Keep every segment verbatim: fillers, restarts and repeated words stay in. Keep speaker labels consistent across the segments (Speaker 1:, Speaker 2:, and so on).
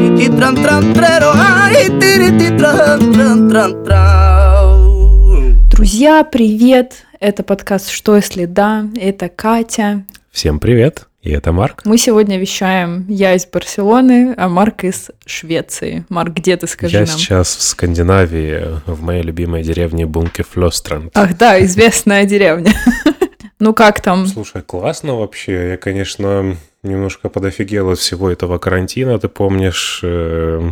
Speaker 1: тирити тран тран треро, ай, тирити тран тран тран трау.
Speaker 2: Друзья, привет! Это подкаст «Что если да?» Это Катя.
Speaker 3: Всем привет! И это Марк.
Speaker 2: Мы сегодня вещаем. Я из Барселоны, а Марк из Швеции. Марк, где ты, скажи
Speaker 3: Я
Speaker 2: нам?
Speaker 3: Я сейчас в Скандинавии, в моей любимой деревне Бункефлёстранд.
Speaker 2: Ах да, известная деревня. Ну как там?
Speaker 3: Слушай, классно вообще. Я, конечно, немножко подофигел от всего этого карантина. Ты помнишь э,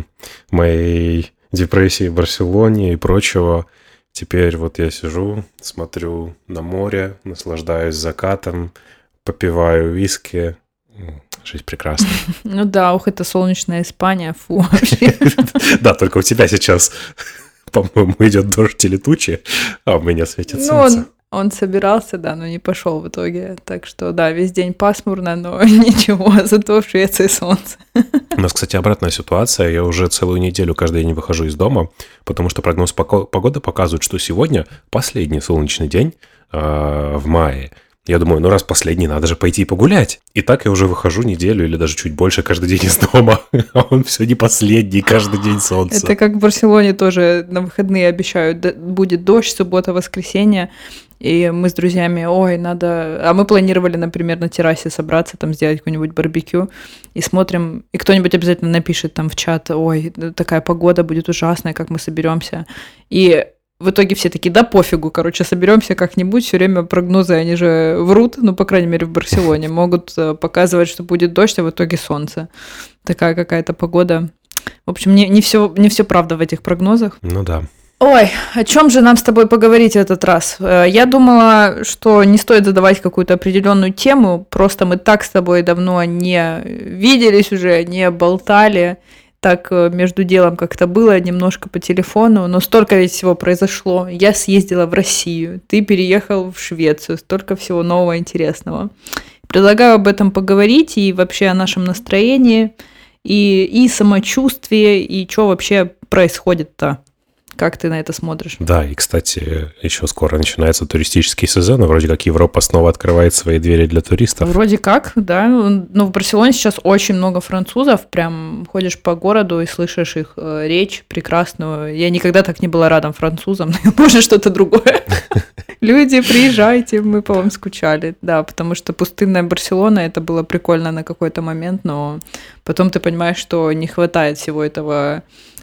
Speaker 3: моей депрессии в Барселоне и прочего. Теперь вот я сижу, смотрю на море, наслаждаюсь закатом, попиваю виски. Жизнь прекрасна.
Speaker 2: Ну да, ух, это солнечная Испания, фу вообще.
Speaker 3: Да, только у тебя сейчас, по-моему, идет дождь или тучи, а у меня светит солнце.
Speaker 2: Он собирался, да, но не пошел в итоге. Так что, да, весь день пасмурно, но ничего, зато в Швеции солнце.
Speaker 3: У нас, кстати, обратная ситуация. Я уже целую неделю каждый день выхожу из дома, потому что прогноз погоды показывает, что сегодня последний солнечный день э, в мае. Я думаю, ну раз последний, надо же пойти погулять. И так я уже выхожу неделю или даже чуть больше каждый день из дома. А он все не последний, каждый день солнце.
Speaker 2: Это как в Барселоне тоже на выходные обещают. Будет дождь, суббота, воскресенье. И мы с друзьями, ой, надо... А мы планировали, например, на террасе собраться, там сделать какой-нибудь барбекю. И смотрим, и кто-нибудь обязательно напишет там в чат, ой, такая погода будет ужасная, как мы соберемся. И в итоге все такие, да пофигу, короче, соберемся как-нибудь. Все время прогнозы, они же врут, ну, по крайней мере, в Барселоне. Могут показывать, что будет дождь, а в итоге солнце. Такая какая-то погода. В общем, не, не все, не все правда в этих прогнозах.
Speaker 3: Ну да.
Speaker 2: Ой, о чем же нам с тобой поговорить в этот раз? Я думала, что не стоит задавать какую-то определенную тему, просто мы так с тобой давно не виделись уже, не болтали, так между делом как-то было, немножко по телефону, но столько ведь всего произошло. Я съездила в Россию, ты переехал в Швецию, столько всего нового интересного. Предлагаю об этом поговорить и вообще о нашем настроении, и, и самочувствии, и что вообще происходит-то. Как ты на это смотришь?
Speaker 3: Да, и, кстати, еще скоро начинается туристический сезон, и вроде как Европа снова открывает свои двери для туристов.
Speaker 2: Вроде как, да. Но в Барселоне сейчас очень много французов. Прям ходишь по городу и слышишь их речь прекрасную. Я никогда так не была рада французам. Может, что-то другое. Люди, приезжайте, мы по вам скучали. Да, потому что пустынная Барселона, это было прикольно на какой-то момент, но потом ты понимаешь, что не хватает всего этого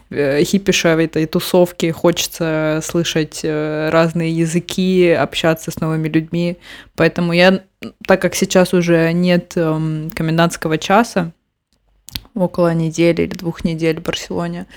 Speaker 2: хипиша, этой тусовки, хочется слышать разные языки, общаться с новыми людьми. Поэтому я, так как сейчас уже нет эм, комендантского часа, около недели или двух недель в Барселоне,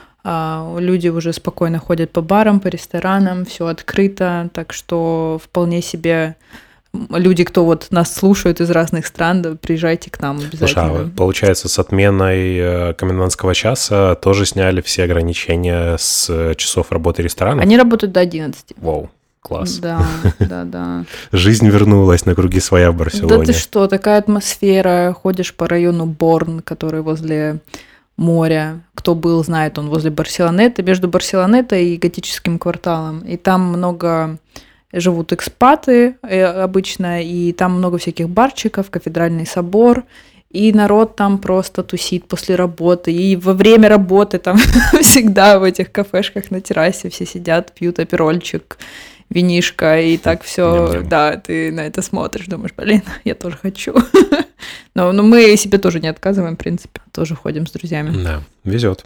Speaker 2: э, люди уже спокойно ходят по барам, по ресторанам, все открыто, так что вполне себе... Люди, кто вот нас слушают из разных стран, да, приезжайте к нам обязательно.
Speaker 3: Слушай, а получается, с отменой комендантского часа тоже сняли все ограничения с часов работы ресторана?
Speaker 2: Они работают до одиннадцати.
Speaker 3: Вау, класс.
Speaker 2: Да, да, да.
Speaker 3: Жизнь вернулась на круги своя в Барселоне.
Speaker 2: Да ты что, такая атмосфера. Ходишь по району Борн, который возле моря. Кто был, знает, он возле Барселонеты, между Барселонетой и готическим кварталом. И там много... Живут экспаты обычно, и там много всяких барчиков, кафедральный собор, и народ там просто тусит после работы, и во время работы там всегда в этих кафешках на террасе все сидят, пьют аперольчик, винишко, и так все, да, ты на это смотришь, думаешь, блин, я тоже хочу. но, но мы себе тоже не отказываем, в принципе, тоже ходим с друзьями.
Speaker 3: Да, везет.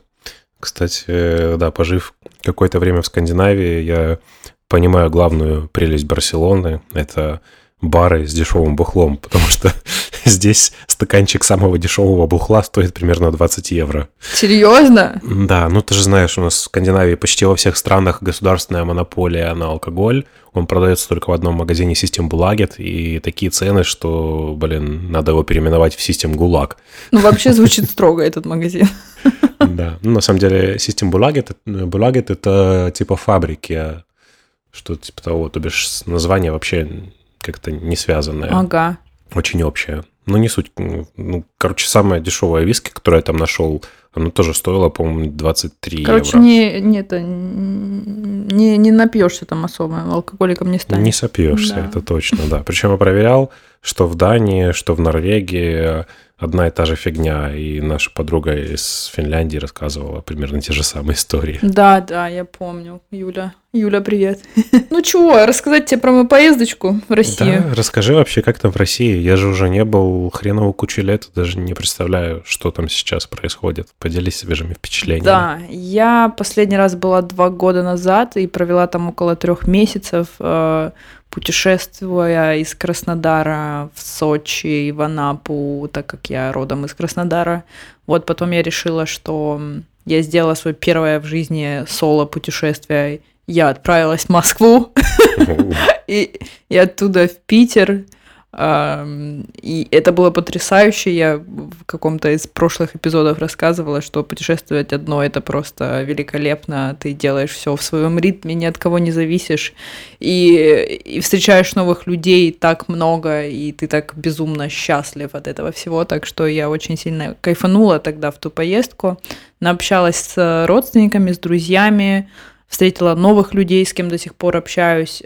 Speaker 3: Кстати, да, пожив какое-то время в Скандинавии, я... понимаю главную прелесть Барселоны – это бары с дешевым бухлом, потому что здесь стаканчик самого дешевого бухла стоит примерно двадцать евро.
Speaker 2: Серьезно?
Speaker 3: Да, ну ты же знаешь, у нас в Скандинавии почти во всех странах государственная монополия на алкоголь. Он продается только в одном магазине Systembolaget, и такие цены, что, блин, надо его переименовать в System Gulag.
Speaker 2: Ну, вообще звучит строго этот магазин.
Speaker 3: Да, ну на самом деле Systembolaget – это типа фабрики, что-то типа того, то бишь название вообще как-то не связанное.
Speaker 2: Ага.
Speaker 3: Очень общее. Ну, не суть. Ну, короче, самая дешевая виски, которую я там нашел, она тоже стоила, по-моему, двадцать три
Speaker 2: короче,
Speaker 3: евро.
Speaker 2: Короче, не, не, это, не, не напьешься там особо, алкоголиком не станешь.
Speaker 3: Не сопьешься,
Speaker 2: да.
Speaker 3: Это точно, да. Причем я проверял, что в Дании, что в Норвегии одна и та же фигня. И наша подруга из Финляндии рассказывала примерно те же самые истории.
Speaker 2: Да, да, я помню. Юля. Юля, привет. Ну чего, рассказать тебе про мою поездочку в Россию?
Speaker 3: Да, расскажи вообще, как там в России. Я же уже не был хреново кучу лет, даже не представляю, что там сейчас происходит. Поделись свежими впечатлениями.
Speaker 2: Да, я последний раз была два года назад и провела там около трех месяцев, э, путешествуя из Краснодара в Сочи и в Анапу, так как я родом из Краснодара. Вот потом я решила, что я сделала свое первое в жизни соло-путешествие. Я отправилась в Москву и, и оттуда в Питер. И это было потрясающе. Я в каком-то из прошлых эпизодов рассказывала, что путешествовать одно — это просто великолепно. Ты делаешь все в своем ритме, ни от кого не зависишь. И, и встречаешь новых людей так много, и ты так безумно счастлив от этого всего. Так что я очень сильно кайфанула тогда в ту поездку. Наобщалась с родственниками, с друзьями, встретила новых людей, с кем до сих пор общаюсь.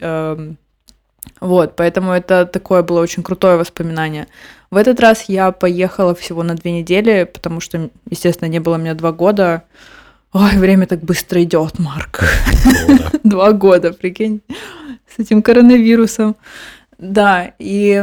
Speaker 2: Вот, поэтому это такое было очень крутое воспоминание. В этот раз я поехала всего на две недели, потому что, естественно, не было меня два года. Ой, время так быстро идет, Марк. Два года, прикинь, с этим коронавирусом. Да, и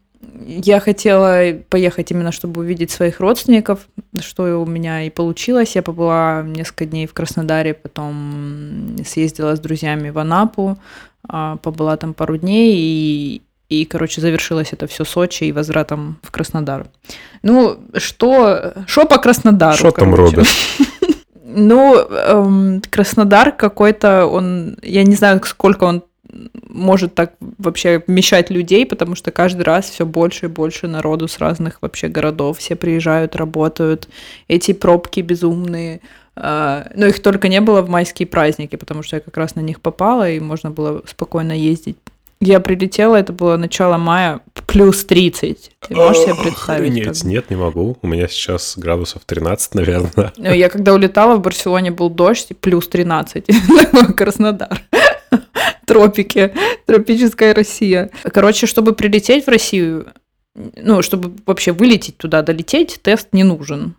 Speaker 2: я хотела поехать именно, чтобы увидеть своих родственников, что у меня и получилось. Я побыла несколько дней в Краснодаре, потом съездила с друзьями в Анапу, побыла там пару дней, и, и короче, завершилось это все Сочи и возвратом в Краснодар. Ну, что, что по Краснодару?
Speaker 3: Что там робят?
Speaker 2: Ну, эм, Краснодар какой-то, он, я не знаю, сколько он может так вообще вмещать людей, потому что каждый раз все больше и больше народу с разных вообще городов, все приезжают, работают, эти пробки безумные, но их только не было в майские праздники, потому что я как раз на них попала, и можно было спокойно ездить. Я прилетела, это было начало мая, плюс тридцать. Ты можешь себе представить?
Speaker 3: Нет, как... нет, не могу. У меня сейчас градусов тринадцать, наверное.
Speaker 2: Я когда улетала, в Барселоне был дождь, плюс тринадцать. Краснодар. Тропики, тропическая Россия. Короче, чтобы прилететь в Россию, ну, чтобы вообще вылететь туда, долететь, тест не нужен,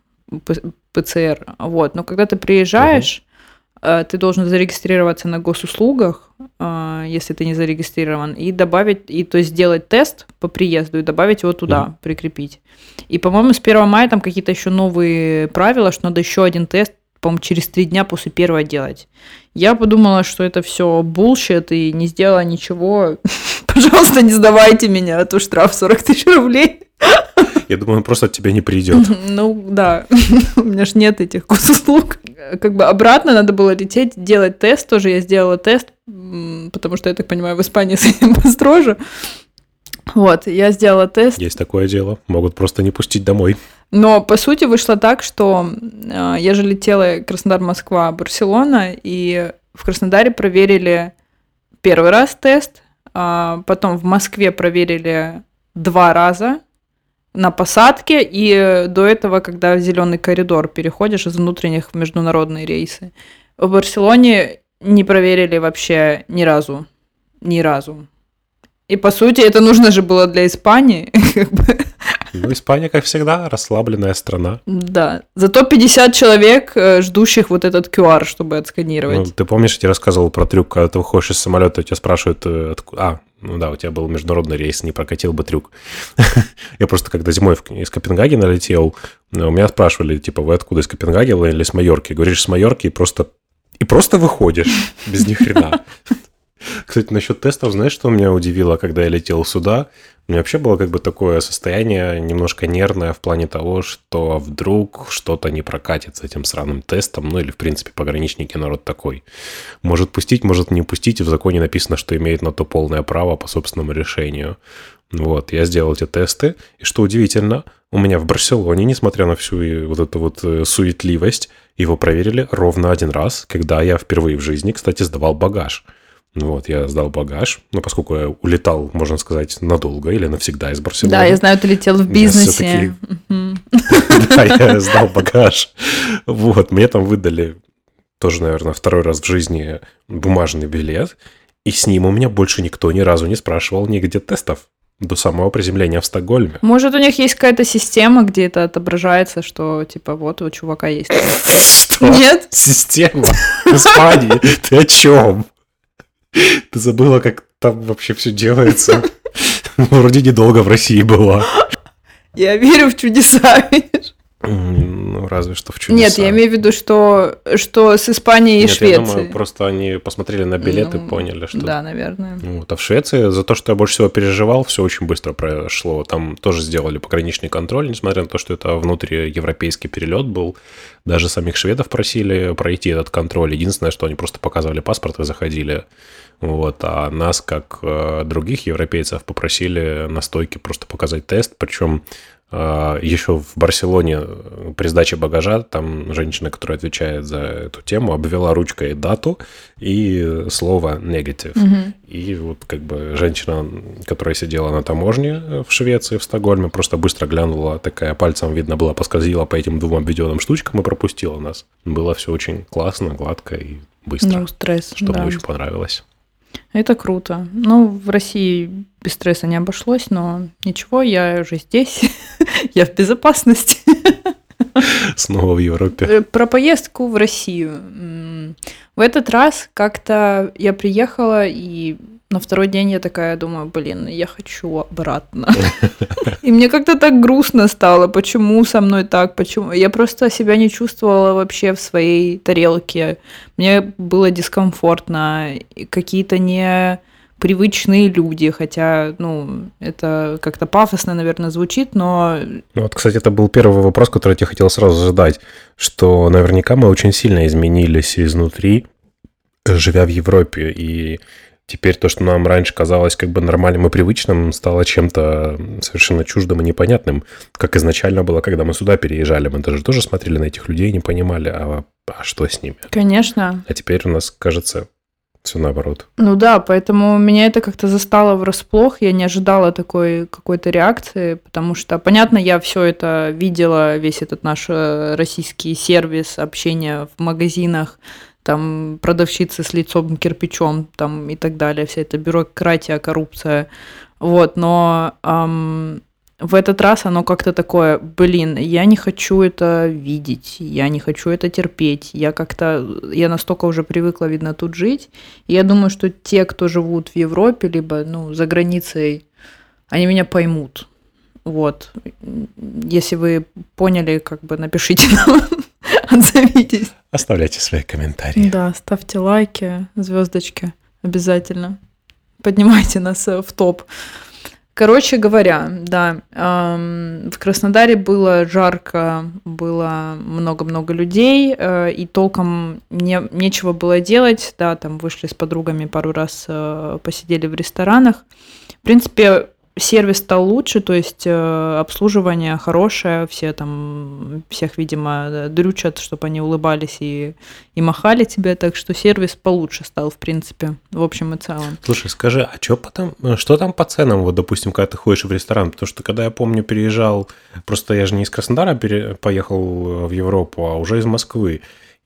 Speaker 2: ПЦР. Вот. Но когда ты приезжаешь, uh-huh. ты должен зарегистрироваться на госуслугах, если ты не зарегистрирован, и добавить, и то есть сделать тест по приезду и добавить его туда, uh-huh. прикрепить. И, по-моему, с первого мая там какие-то еще новые правила, что надо еще один тест, по-моему, через три дня после первого делать. Я подумала, что это все bullshit, и не сделала ничего. Пожалуйста, не сдавайте меня, а то штраф сорок тысяч рублей.
Speaker 3: Я думаю, он просто от тебя не придет.
Speaker 2: Ну, да. У меня ж нет этих госуслуг. Как бы обратно надо было лететь, делать тест тоже. Я сделала тест, потому что, я так понимаю, в Испании с этим построже. Вот, я сделала тест.
Speaker 3: Есть такое дело. Могут просто не пустить домой.
Speaker 2: Но, по сути, вышло так, что э, я же летела Краснодар-Москва, Барселона, и в Краснодаре проверили первый раз тест, э, потом в Москве проверили два раза на посадке, и до этого, когда в зеленый коридор переходишь из внутренних в международные рейсы. В Барселоне не проверили вообще ни разу. Ни разу. И, по сути, это нужно же было для Испании, как бы.
Speaker 3: Ну, Испания, как всегда, расслабленная страна. Да.
Speaker 2: Зато пятьдесят человек, ждущих вот этот ку ар, чтобы отсканировать.
Speaker 3: Ну, ты помнишь, я тебе рассказывал про трюк, когда ты выходишь из самолета, тебя спрашивают, откуда... А, ну да, у тебя был международный рейс, не прокатил бы трюк. Я просто, когда зимой из Копенгагена летел, у меня спрашивали, типа, вы откуда, из Копенгагена или с Майорки? Говоришь, с Майорки, и просто... И просто выходишь без ни хрена. Кстати, насчет тестов, знаешь, что меня удивило, когда я летел сюда? У меня вообще было как бы такое состояние немножко нервное в плане того, что вдруг что-то не прокатит с этим сраным тестом, ну или, в принципе, пограничники народ такой. Может пустить, может не пустить, и в законе написано, что имеет на то полное право по собственному решению. Вот, я сделал эти тесты, и что удивительно, у меня в Барселоне, несмотря на всю вот эту вот суетливость, его проверили ровно один раз, когда я впервые в жизни, кстати, сдавал багаж. Вот, я сдал багаж, но поскольку я улетал, можно сказать, надолго или навсегда из Барселоны.
Speaker 2: Да, я знаю, ты летел в бизнесе.
Speaker 3: Да, я сдал багаж. Вот, мне там выдали тоже, наверное, второй раз в жизни бумажный билет, и с ним у меня больше никто ни разу не спрашивал нигде тестов. до самого приземления в Стокгольме.
Speaker 2: Может, у них есть какая-то система, где это отображается, что, типа, вот у чувака есть.
Speaker 3: Что?
Speaker 2: Нет?
Speaker 3: Система в Испании? Ты о чем? Ты забыла, как там вообще все делается? Вроде недолго в России была.
Speaker 2: Я верю в чудеса, видишь?
Speaker 3: Ну, разве что в чудеса.
Speaker 2: Нет, я имею в виду, что, что с Испанией и
Speaker 3: Нет,
Speaker 2: Швецией.
Speaker 3: я думаю, просто они посмотрели на билеты и
Speaker 2: Ну,
Speaker 3: поняли, что...
Speaker 2: Да, наверное.
Speaker 3: Вот. А в Швеции за то, что я больше всего переживал, все очень быстро прошло. Там тоже сделали пограничный контроль, несмотря на то, что это внутриевропейский перелет был. Даже самих шведов просили пройти этот контроль. Единственное, что они просто показывали паспорт и заходили. Вот. А нас, как э, других европейцев, попросили на стойке просто показать тест. Причем э, еще в Барселоне при сдаче багажа там женщина, которая отвечает за эту тему, обвела ручкой дату и слово «negative».
Speaker 2: Мгм.
Speaker 3: И вот как бы женщина, которая сидела на таможне в Швеции, в Стокгольме, просто быстро глянула, такая пальцем видно было, поскользила по этим двум обведенным штучкам и пропустила нас. Было все очень классно, гладко и быстро,
Speaker 2: Ну, стресс,
Speaker 3: что
Speaker 2: да.
Speaker 3: мне очень понравилось.
Speaker 2: Это круто. Ну, в России без стресса не обошлось, но ничего, я уже здесь, я в безопасности.
Speaker 3: Снова в Европе.
Speaker 2: Э, Про поездку в Россию. М, В этот раз как-то я приехала, и на второй день я такая думаю, блин, я хочу обратно. И мне как-то так грустно стало, почему со мной так, почему. Я просто себя не чувствовала вообще в своей тарелке. Мне было дискомфортно, и какие-то непривычные люди, хотя, ну, это как-то пафосно, наверное, звучит, но
Speaker 3: Ну вот, кстати, это был первый вопрос, который я тебе хотел сразу задать, что наверняка мы очень сильно изменились изнутри, живя в Европе, и теперь то, что нам раньше казалось как бы нормальным и привычным, стало чем-то совершенно чуждым и непонятным, как изначально было, когда мы сюда переезжали. Мы даже тоже смотрели на этих людей и не понимали, а, а что с ними.
Speaker 2: конечно.
Speaker 3: А теперь у нас, кажется, все наоборот.
Speaker 2: Ну да, поэтому меня это как-то застало врасплох. Я не ожидала такой какой-то реакции, потому что, понятно, я все это видела, весь этот наш э, российский сервис, общение в магазинах, там продавщицы с лицом кирпичом, там и так далее, вся эта бюрократия, коррупция. Вот, но ам, в этот раз оно как-то такое, блин, я не хочу это видеть, я не хочу это терпеть. Я как-то, я настолько уже привыкла, видно, тут жить. И я думаю, что те, кто живут в Европе, либо, ну, за границей, они меня поймут. Вот. Если вы поняли, как бы напишите нам, отзовитесь.
Speaker 3: Оставляйте свои комментарии.
Speaker 2: Да, ставьте лайки, звездочки обязательно. Поднимайте нас э, в топ. Короче говоря, да, эм, в Краснодаре было жарко, было много-много людей, э, и толком не, нечего было делать. Да, там вышли с подругами пару раз, э, посидели в ресторанах. В принципе, сервис стал лучше, то есть э, обслуживание хорошее, все там, всех, видимо, дрючат, чтобы они улыбались и, и махали тебе, так что сервис получше стал, в принципе, в общем и целом.
Speaker 3: Слушай, скажи, а чё потом, что там по ценам, вот, допустим, когда ты ходишь в ресторан? Потому что, когда я помню, переезжал, просто я же не из Краснодара пере, поехал в Европу, а уже из Москвы.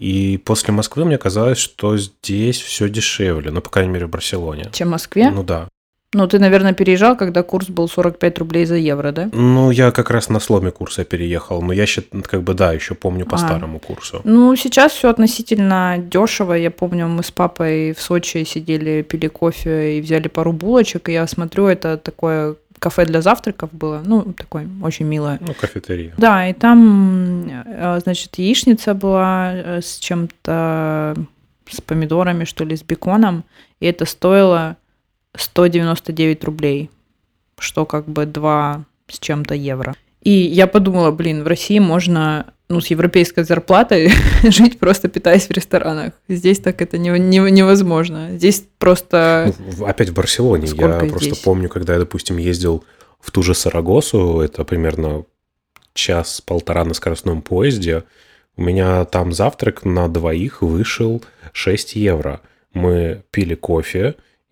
Speaker 3: И после Москвы мне казалось, что здесь все дешевле, ну, по крайней мере, в Барселоне.
Speaker 2: Чем в Москве?
Speaker 3: Ну да.
Speaker 2: Ну, ты, наверное, переезжал, когда курс был сорок пять рублей за евро, да?
Speaker 3: Ну, я как раз на сломе курса переехал, но я считаю, как бы, да, еще помню по
Speaker 2: А.
Speaker 3: старому курсу.
Speaker 2: Ну, сейчас все относительно дешево. Я помню, мы с папой в Сочи сидели, пили кофе и взяли пару булочек. И я смотрю, это такое кафе для завтраков было. Ну, такое очень милое.
Speaker 3: Ну, кафетерия.
Speaker 2: Да, и там, э, значит, яичница была э, с чем-то, с помидорами, что ли, с беконом. И это стоило сто девяносто девять рублей, что как бы два с чем-то евро. И я подумала, блин, в России можно, ну, с европейской зарплатой жить, просто питаясь в ресторанах. Здесь так это не, не, невозможно. Здесь просто...
Speaker 3: Ну, опять в Барселоне.
Speaker 2: Сколько
Speaker 3: Я просто
Speaker 2: здесь?
Speaker 3: помню, когда я, допустим, ездил в ту же Сарагосу, это примерно час-полтора на скоростном поезде, у меня там завтрак на двоих вышел шесть евро. Мы пили кофе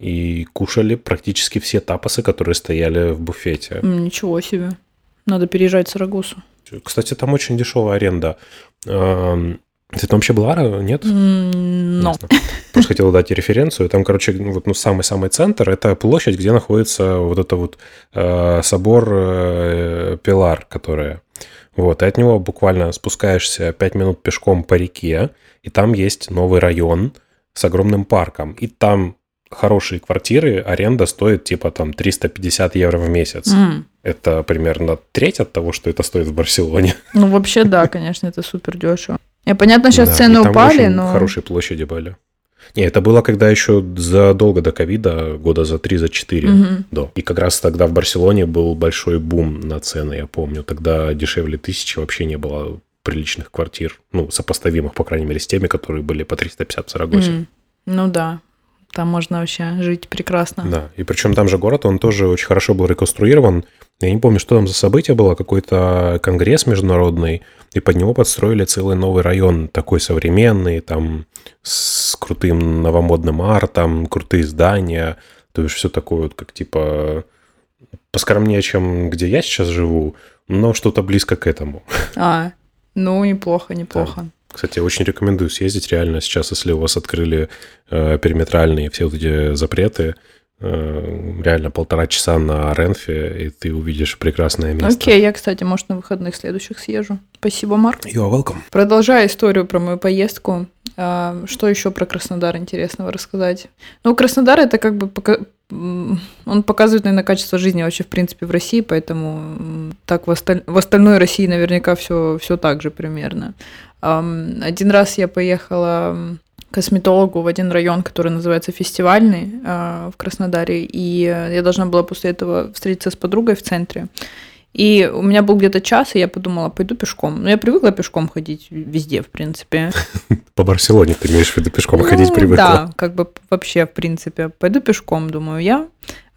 Speaker 3: и кушали практически все тапосы, которые стояли в буфете.
Speaker 2: М, Ничего себе. Надо переезжать в Сарагосу.
Speaker 3: Кстати, там очень дешевая аренда. Эм, Ты там вообще была? Нет?
Speaker 2: Но.
Speaker 3: Ясно. Просто хотел дать референцию. Там, короче, вот, ну, самый-самый центр – это площадь, где находится вот это вот э, собор э, Пилар, которая… Вот, и от него буквально спускаешься пять минут пешком по реке, и там есть новый район с огромным парком. И там хорошие квартиры, аренда стоит типа там триста пятьдесят евро в месяц.
Speaker 2: Mm.
Speaker 3: Это примерно треть от того, что это стоит в Барселоне.
Speaker 2: Ну, вообще, да, конечно, это супер дешево. И понятно, сейчас
Speaker 3: Да,
Speaker 2: цены
Speaker 3: и там
Speaker 2: упали,
Speaker 3: очень
Speaker 2: но...
Speaker 3: хорошие площади были. Не, это было когда еще задолго до ковида, года за три, за четыре
Speaker 2: Мгм.
Speaker 3: до. И как раз тогда в Барселоне был большой бум на цены, я помню. Тогда дешевле тысячи вообще не было приличных квартир. Ну, сопоставимых, по крайней мере, с теми, которые были по триста пятьдесят в Сарагосе.
Speaker 2: М, Ну да, там можно вообще жить прекрасно.
Speaker 3: Да, и причем там же город, он тоже очень хорошо был реконструирован. Я не помню, что там за событие было, какой-то конгресс международный, и под него подстроили целый новый район, такой современный, там с крутым новомодным артом, крутые здания, то есть все такое вот, как типа поскромнее, чем где я сейчас живу, но что-то близко к этому.
Speaker 2: А, ну неплохо, неплохо.
Speaker 3: Кстати, очень рекомендую съездить реально сейчас, если у вас открыли э, периметральные все вот эти запреты, э, реально полтора часа на Ренфе, и ты увидишь прекрасное место.
Speaker 2: Окей, я, кстати, может, на выходных следующих съезжу. Спасибо, Марк.
Speaker 3: You are welcome.
Speaker 2: Продолжая историю про мою поездку, а, что еще про Краснодар интересного рассказать? Ну, Краснодар это как бы пока- м, он показывает, наверное, качество жизни вообще в принципе в России, поэтому м, так в, осталь- в остальной России наверняка все все так же примерно. Ам, Один раз я поехала м, к косметологу в один район, который называется Фестивальный, а, в Краснодаре, и э, я должна была после этого встретиться с подругой в центре. И у меня был где-то час, и я подумала, пойду пешком. Ну, я привыкла пешком ходить везде, в принципе.
Speaker 3: По Барселоне ты имеешь в виду пешком
Speaker 2: Ну,
Speaker 3: ходить привыкла?
Speaker 2: Да, как бы вообще, в принципе. Пойду пешком, думаю я.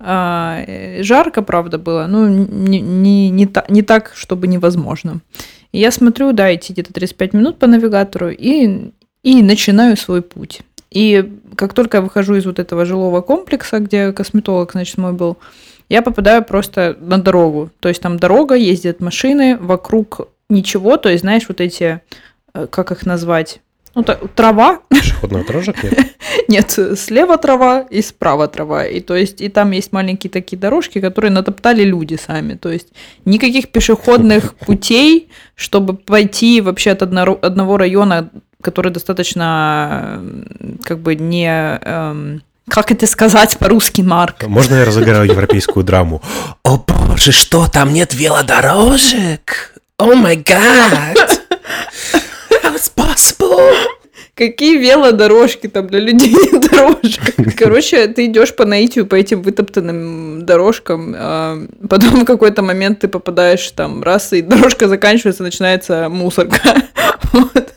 Speaker 2: А, э, жарко, правда, было, ну, не, не, не, та- не так, чтобы невозможно. И я смотрю, да, идти где-то тридцать пять минут по навигатору, и, и начинаю свой путь. И как только я выхожу из вот этого жилого комплекса, где косметолог, значит, мой был, я попадаю просто на дорогу. То есть там дорога, ездят машины, вокруг ничего. То есть, знаешь, вот эти, э, как их назвать? Ну, та- трава.
Speaker 3: Пешеходных дорожек нет?
Speaker 2: Нет, слева трава и справа трава. И то есть, и там есть маленькие такие дорожки, которые натоптали люди сами. То есть никаких пешеходных путей, чтобы пойти вообще от одно- одного района, который достаточно м, как бы не... эм, как это сказать по-русски, Марк?
Speaker 3: Можно я разыграю европейскую драму?
Speaker 1: О боже, что там нет велодорожек? О май гад! How it's possible?
Speaker 2: Какие велодорожки там для людей нет дорожек. Короче, ты идешь по наитию по этим вытоптанным дорожкам, а потом в какой-то момент ты попадаешь там раз, и дорожка заканчивается, начинается мусорка. Вот.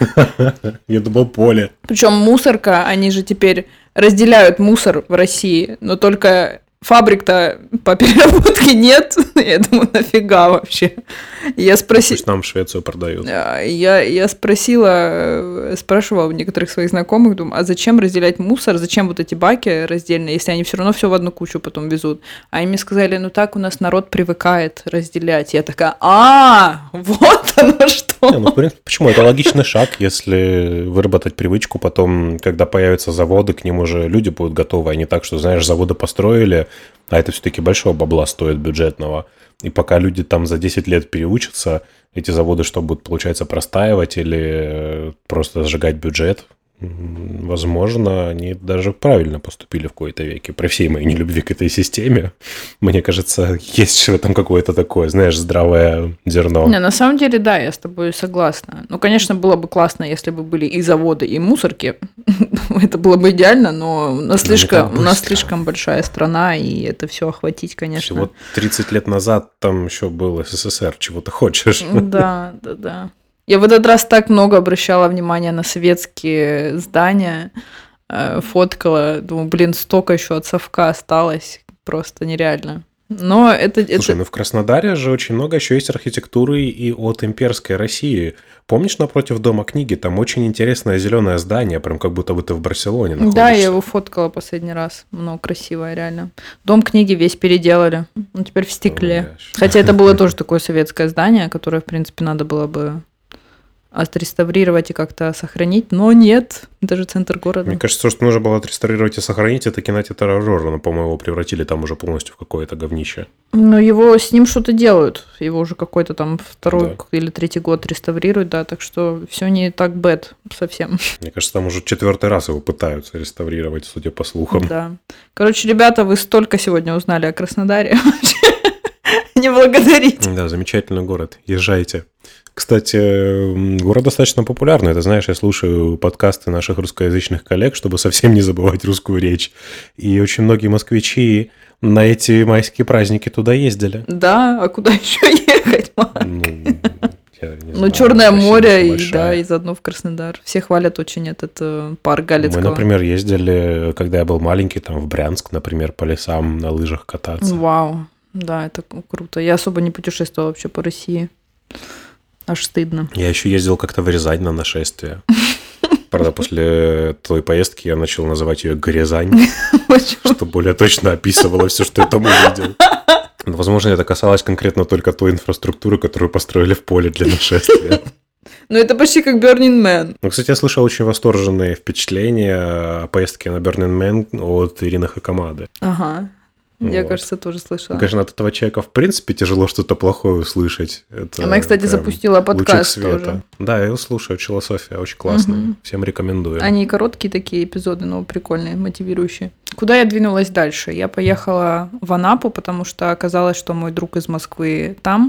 Speaker 3: Я думал, поле.
Speaker 2: Причем мусорка, они же теперь разделяют мусор в России, но только фабрик-то по переработке нет. Я думаю, нафига вообще? Я спросила...
Speaker 3: Пусть нам в Швецию продают.
Speaker 2: Я, я спросила, э, спрашивала у некоторых своих знакомых, думаю, а зачем разделять мусор, зачем вот эти баки раздельные, если они все равно все в одну кучу потом везут? А они мне сказали, ну так у нас народ привыкает разделять. Я такая, а, вот оно что.
Speaker 3: Не, ну, в принципе, почему? Это логичный шаг, если выработать привычку, потом, когда появятся заводы, к ним уже люди будут готовы, а не так, что, знаешь, заводы построили, а это все-таки большого бабла стоит бюджетного. И пока люди там за десять лет переучатся, эти заводы что, будут, получается, простаивать или просто сжигать бюджет? М, Возможно, они даже правильно поступили в кои-то веке. При всей моей нелюбви к этой системе, мне кажется, есть в этом какое-то такое, знаешь, здравое зерно.
Speaker 2: Не, на самом деле, да, я с тобой согласна. Ну, конечно, было бы классно, если бы были и заводы, и мусорки. Это было бы идеально, но у нас,
Speaker 3: Ну,
Speaker 2: слишком,
Speaker 3: не так
Speaker 2: у нас
Speaker 3: быстро.
Speaker 2: слишком большая страна, и это все охватить, конечно.
Speaker 3: Всего тридцать лет назад там еще был СССР, чего ты хочешь.
Speaker 2: Да, да, да. Я в этот раз так много обращала внимания на советские здания, э, фоткала, думаю, блин, столько еще от совка осталось, просто нереально. Но это...
Speaker 3: Слушай,
Speaker 2: это...
Speaker 3: ну в Краснодаре же очень много еще есть архитектуры и от имперской России. Помнишь, напротив Дома книги, там очень интересное зеленое здание, прям как будто бы ты в Барселоне находишься.
Speaker 2: Да, я его фоткала последний раз. Много красивое, реально. Дом книги весь переделали. Он теперь в стекле.
Speaker 3: Ой,
Speaker 2: Хотя это было тоже такое советское здание, которое, в принципе, надо было бы отреставрировать и как-то сохранить, но нет, даже центр города.
Speaker 3: Мне кажется, что нужно было отреставрировать и сохранить, это кинотеатр Аврора, но, по-моему, его превратили там уже полностью в какое-то говнище.
Speaker 2: Но его с ним что-то делают, его уже какой-то там второй
Speaker 3: Да.
Speaker 2: или третий год реставрируют, да, так что все не так бэд совсем.
Speaker 3: Мне кажется, там уже четвертый раз его пытаются реставрировать, судя по слухам.
Speaker 2: Да. Короче, ребята, вы столько сегодня узнали о Краснодаре. Не благодарите.
Speaker 3: Да, замечательный город. Езжайте. Кстати, город достаточно популярный. Это, знаешь, я слушаю подкасты наших русскоязычных коллег, чтобы совсем не забывать русскую речь. И очень многие москвичи на эти майские праздники туда ездили.
Speaker 2: Да, а куда еще ехать, Маш?
Speaker 3: Ну, я не
Speaker 2: Ну,
Speaker 3: знаю,
Speaker 2: Черное
Speaker 3: Россия
Speaker 2: море, и
Speaker 3: большая.
Speaker 2: да, и заодно в Краснодар. Все хвалят очень этот э, парк Галицкого.
Speaker 3: Мы, например, ездили, когда я был маленький, там в Брянск, например, по лесам на лыжах кататься.
Speaker 2: Вау, да, это кру- круто. Я особо не путешествовала вообще по России. Аж стыдно.
Speaker 3: Я еще ездил как-то в Рязань на нашествие. Правда, после той поездки я начал называть ее Горязань,
Speaker 2: Почему?
Speaker 3: что более точно описывало все, что я там увидел. Возможно, это касалось конкретно только той инфраструктуры, которую построили в поле для нашествия.
Speaker 2: Ну, это почти как Burning Man.
Speaker 3: Ну, кстати, я слышал очень восторженные впечатления о поездке на Burning Man от Ирины Хакамады.
Speaker 2: Ага. Я,
Speaker 3: Вот.
Speaker 2: кажется, тоже слышала.
Speaker 3: Конечно, от этого человека, в принципе, тяжело что-то плохое услышать. Это
Speaker 2: Она, кстати,
Speaker 3: прям
Speaker 2: запустила
Speaker 3: лучик
Speaker 2: подкаст
Speaker 3: света.
Speaker 2: тоже.
Speaker 3: Да, я его слушаю, «Философия», очень классный.
Speaker 2: Мгм.
Speaker 3: Всем рекомендую.
Speaker 2: Они короткие такие эпизоды, но прикольные, мотивирующие. Куда я двинулась дальше? Я поехала в Анапу, потому что оказалось, что мой друг из Москвы там,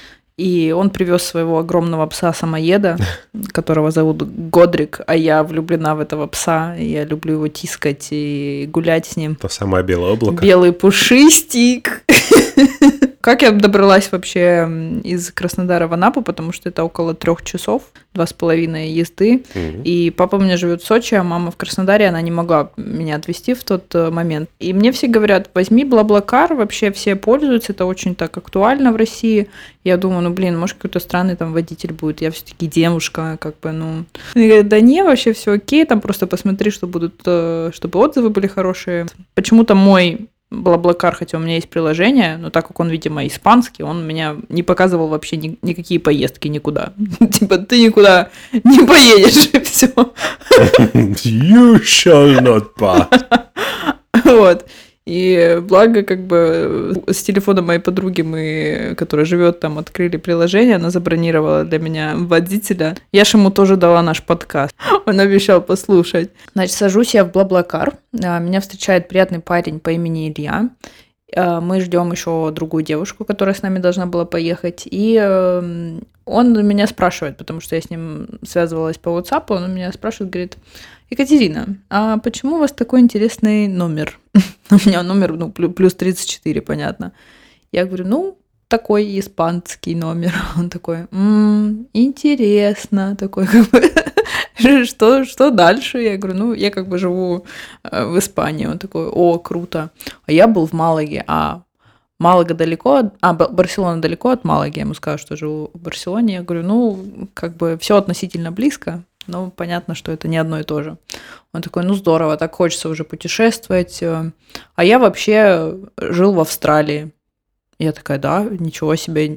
Speaker 2: и он привез своего огромного пса-самоеда, которого зовут Годрик, а я влюблена в этого пса, и я люблю его тискать и гулять с ним.
Speaker 3: То самое белое облако.
Speaker 2: Белый пушистик. Как я добралась вообще из Краснодара в Анапу, потому что это около трех часов, два с половиной езды.
Speaker 3: Мгм.
Speaker 2: И папа у меня живет в Сочи, а мама в Краснодаре, она не могла меня отвезти в тот э, момент. И мне все говорят, возьми Блаблакар, вообще все пользуются, это очень так актуально в России. Я думаю, ну блин, может какой-то странный там водитель будет, я все-таки девушка, как бы, ну. Они говорят, да не, вообще все окей, там просто посмотри, что будут, э, чтобы отзывы были хорошие. Почему-то мой Блаблакар, хотя у меня есть приложение, но так как он, видимо, испанский, он меня не показывал вообще ни- никакие поездки никуда. Типа, ты никуда не поедешь, и все.
Speaker 3: You shall not pass.
Speaker 2: Вот. И благо, как бы, с телефона моей подруги, мы, которая живет там, открыли приложение, она забронировала для меня водителя. Я ж ему тоже дала наш подкаст. Он обещал послушать. Значит, сажусь я в Блаблакар. А, Меня встречает приятный парень по имени Илья. А, Мы ждем еще другую девушку, которая с нами должна была поехать. И эм, он меня спрашивает, потому что я с ним связывалась по WhatsApp, он меня спрашивает, говорит, Екатерина, а почему у вас такой интересный номер? У меня номер, ну, плю- плюс тридцать четыре, понятно. Я говорю, ну, такой испанский номер. Он такой, «М, интересно, такой, как бы, что, что дальше? Я говорю, ну, я как бы живу э, в Испании. Он такой, о, круто. А я был в Малаге, а Малага далеко, от- а Ба- Барселона далеко от Малаги. Я ему сказала, что живу в Барселоне. Я говорю, ну, как бы все относительно близко, но понятно, что это не одно и то же. Он такой, ну здорово, так хочется уже путешествовать. э. А я вообще жил в Австралии. Я такая, да, ничего себе.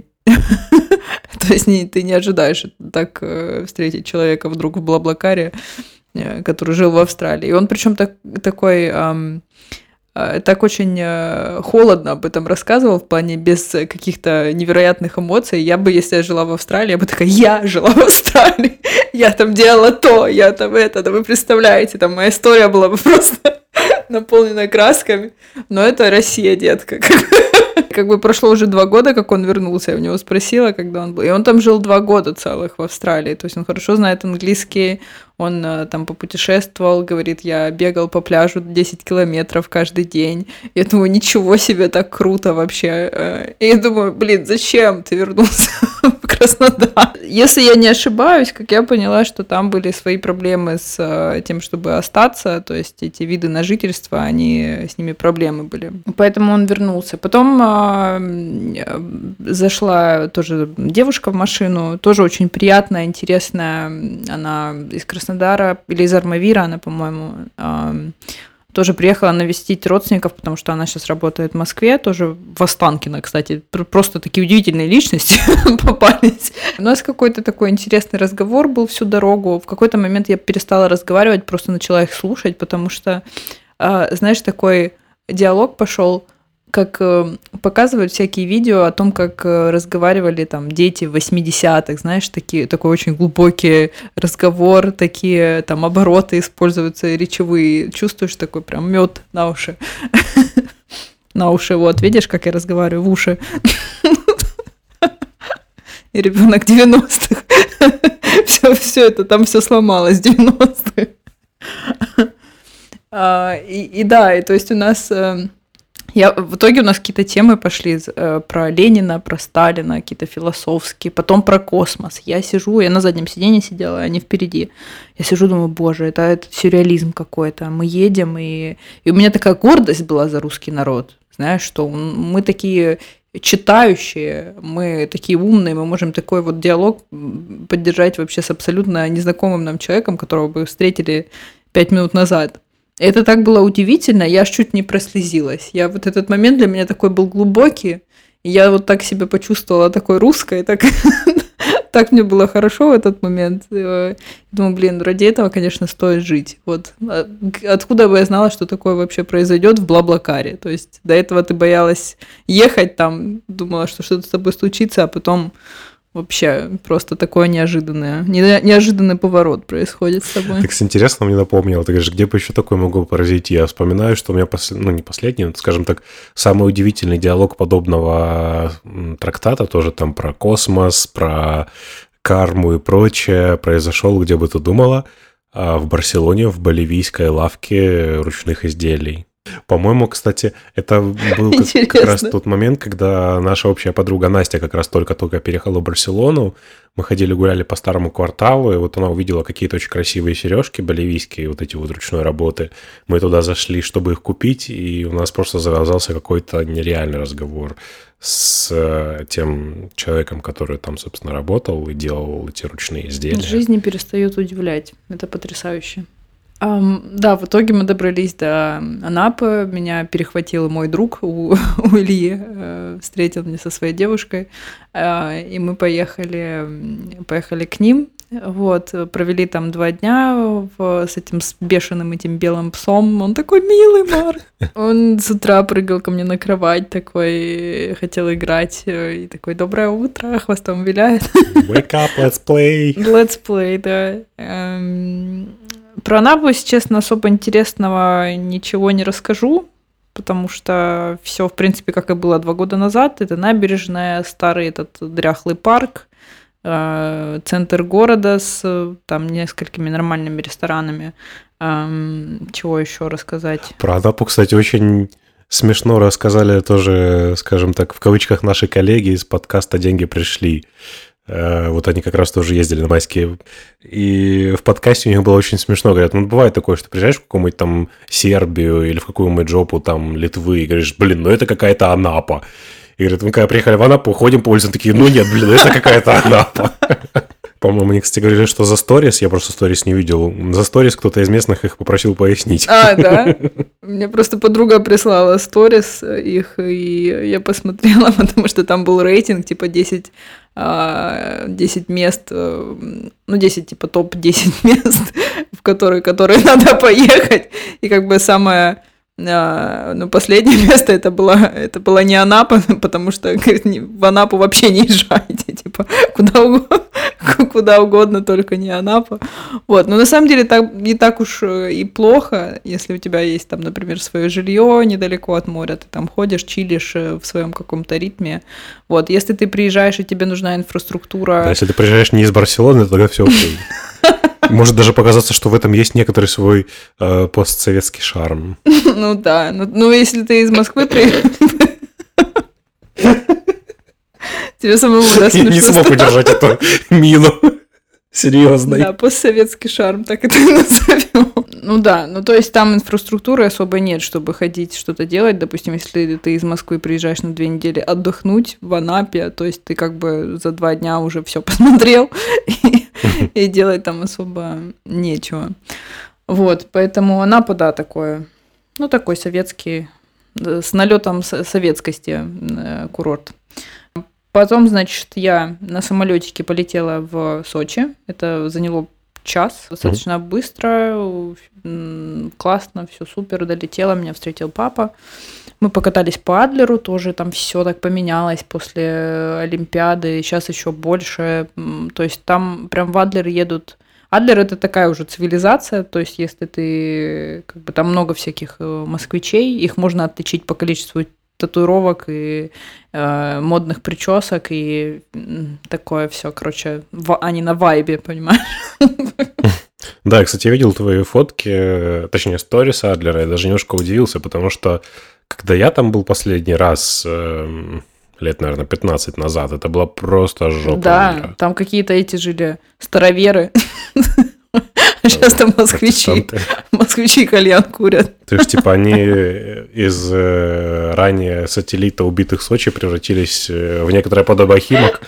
Speaker 2: То есть не- ты не ожидаешь так э, встретить человека вдруг в Блаблакаре, э, который жил в Австралии. И он причем так, такой... ам, э, так очень э, холодно об этом рассказывал, в плане без э, каких-то невероятных эмоций. Я бы, если я жила в Австралии, я бы такая, я жила в Австралии, я там делала то, я там это, да вы представляете, там моя история была бы просто наполнена красками. Но это Россия, детка. Как бы прошло уже два года, как он вернулся, я у него спросила, когда он был. И он там жил два года целых в Австралии, то есть он хорошо знает английский, он э, там попутешествовал, говорит, я бегал по пляжу десять километров каждый день. Я думаю, ничего себе, так круто вообще. Э, И я думаю, блин, зачем ты вернулся в Краснодар? Если я не ошибаюсь, как я поняла, что там были свои проблемы с э, тем, чтобы остаться, то есть эти виды на жительство, они, с ними проблемы были. Поэтому он вернулся. Потом э, э, зашла тоже девушка в машину, тоже очень приятная, интересная, она из Краснодара или из Армавира, она, по-моему, ам, тоже приехала навестить родственников, потому что она сейчас работает в Москве, тоже в Останкино, кстати. Просто такие удивительные личности попались. У нас какой-то такой интересный разговор был всю дорогу. В какой-то момент я перестала разговаривать, просто начала их слушать, потому что, знаешь, такой диалог пошел, как показывают всякие видео о том, как разговаривали там дети в восьмидесятых, знаешь, такие, такой очень глубокий разговор, такие там обороты используются речевые, чувствуешь такой прям мед на уши. На уши, вот, видишь, как я разговариваю, в уши. И ребенок девяностых. Все, все это, там все сломалось, девяностых. И, и да, и то есть у нас... Я, в итоге у нас какие-то темы пошли э, про Ленина, про Сталина, какие-то философские, потом про космос. Я сижу, я на заднем сиденье сидела, они впереди. Я сижу, думаю, боже, это, это сюрреализм какой-то. Мы едем, и, и у меня такая гордость была за русский народ. Знаешь, что мы такие читающие, мы такие умные, мы можем такой вот диалог поддержать вообще с абсолютно незнакомым нам человеком, которого вы встретили пять минут назад. Это так было удивительно, я аж чуть не прослезилась. Я вот этот момент для меня такой был глубокий, и я вот так себя почувствовала такой русской, так, так мне было хорошо в этот момент. Думаю, блин, ради этого, конечно, стоит жить. Вот откуда бы я знала, что такое вообще произойдет в Блаблакаре? То есть до этого ты боялась ехать там, думала, что что-то с тобой случится, а потом... Вообще, просто такое неожиданное, неожиданный поворот происходит с тобой.
Speaker 3: Так интересно мне напомнило, ты говоришь, где бы еще такое могло произойти? Я вспоминаю, что у меня, послед... ну, не последний, но, скажем так, самый удивительный диалог подобного трактата, тоже там про космос, про карму и прочее, произошел, где бы ты думала, в Барселоне, в боливийской лавке ручных изделий. По-моему, кстати, это был как, как раз тот момент, когда наша общая подруга Настя как раз только-только переехала в Барселону. Мы ходили, гуляли по старому кварталу, и вот она увидела какие-то очень красивые сережки боливийские, вот эти вот ручной работы. Мы туда зашли, чтобы их купить, и у нас просто завязался какой-то нереальный разговор с тем человеком, который там, собственно, работал и делал эти ручные изделия.
Speaker 2: Жизнь перестает удивлять. Это потрясающе. Um, да, в итоге мы добрались до Анапы, меня перехватил мой друг у, у Ильи, э, встретил меня со своей девушкой, э, и мы поехали, поехали к ним, вот, провели там два дня в, с этим с бешеным этим белым псом, он такой милый, Марк, он с утра прыгал ко мне на кровать, такой, хотел играть, и такой, доброе утро, хвостом виляет.
Speaker 3: Wake up, let's play.
Speaker 2: Let's play, да. Эм... Про Анапу, если честно, особо интересного ничего не расскажу, потому что все, в принципе, как и было два года назад. Это набережная, старый этот дряхлый парк, э, центр города с там несколькими нормальными ресторанами. Эм, чего еще рассказать?
Speaker 3: Про Анапу, кстати, очень смешно рассказали тоже, скажем так, в кавычках наши коллеги из подкаста «Деньги пришли». Вот они как раз тоже ездили на майские. И в подкасте у них было очень смешно. Говорят, ну, бывает такое, что приезжаешь в какую-нибудь там Сербию или в какую-нибудь жопу там Литвы и говоришь, блин, ну это какая-то Анапа. И говорят, мы когда приехали в Анапу, ходим по улицам, такие, ну нет, блин, это какая-то Анапа. По-моему, они, кстати, говорили, что за сторис, я просто сторис не видел, за сторис кто-то из местных их попросил пояснить.
Speaker 2: А, да? Мне просто подруга прислала сторис их, и я посмотрела, потому что там был рейтинг, типа десять, десять мест, ну, десять, типа топ десять мест, в которые, которые надо поехать, и как бы самое... Ну, последнее место это была, это была не Анапа, потому что, говорит, в Анапу вообще не езжайте, типа, куда угодно, куда угодно, только не Анапа. Вот, но на самом деле так, не так уж и плохо, если у тебя есть там, например, свое жилье недалеко от моря, ты там ходишь, чилишь в своем каком-то ритме. Вот, если ты приезжаешь и тебе нужна инфраструктура...
Speaker 3: Да, если ты приезжаешь не из Барселоны, тогда все окей. Может даже показаться, что в этом есть некоторый свой э, постсоветский шарм.
Speaker 2: Ну да, ну, ну если ты из Москвы приехал... Тебе самому, да, смешно.
Speaker 3: Я не смог удержать эту мину серьезной.
Speaker 2: Да, постсоветский шарм, так это и назовем. Ну да, ну то есть там инфраструктуры особо нет, чтобы ходить, что-то делать. Допустим, если ты из Москвы приезжаешь на две недели отдохнуть в Анапе, то есть ты как бы за два дня уже все посмотрел, и, и делать там особо нечего. Вот, поэтому Анапа, да, такое Ну, такой советский, с налетом советскости курорт. Потом, значит, я на самолетике полетела в Сочи. Это заняло час. Достаточно mm-hmm. быстро, классно, все супер, долетела, меня встретил папа. Мы покатались по Адлеру, тоже там все так поменялось после Олимпиады, сейчас еще больше. То есть там прям в Адлер едут. Адлер — это такая уже цивилизация, то есть если ты, как бы там много всяких москвичей, их можно отличить по количеству татуировок и э, модных причесок и такое все, короче, в, они на вайбе, понимаешь?
Speaker 3: Да, я, кстати, видел твои фотки, точнее, сторис Адлера, я даже немножко удивился, потому что когда я там был последний раз, э, лет, наверное, пятнадцать назад, это была просто жопа.
Speaker 2: Да,
Speaker 3: мира.
Speaker 2: Там какие-то эти жили староверы. Сейчас там москвичи. Москвичи кальян курят.
Speaker 3: То есть, типа, они из э, ранее сателлита убитых Сочи превратились в некоторое подобие Химок.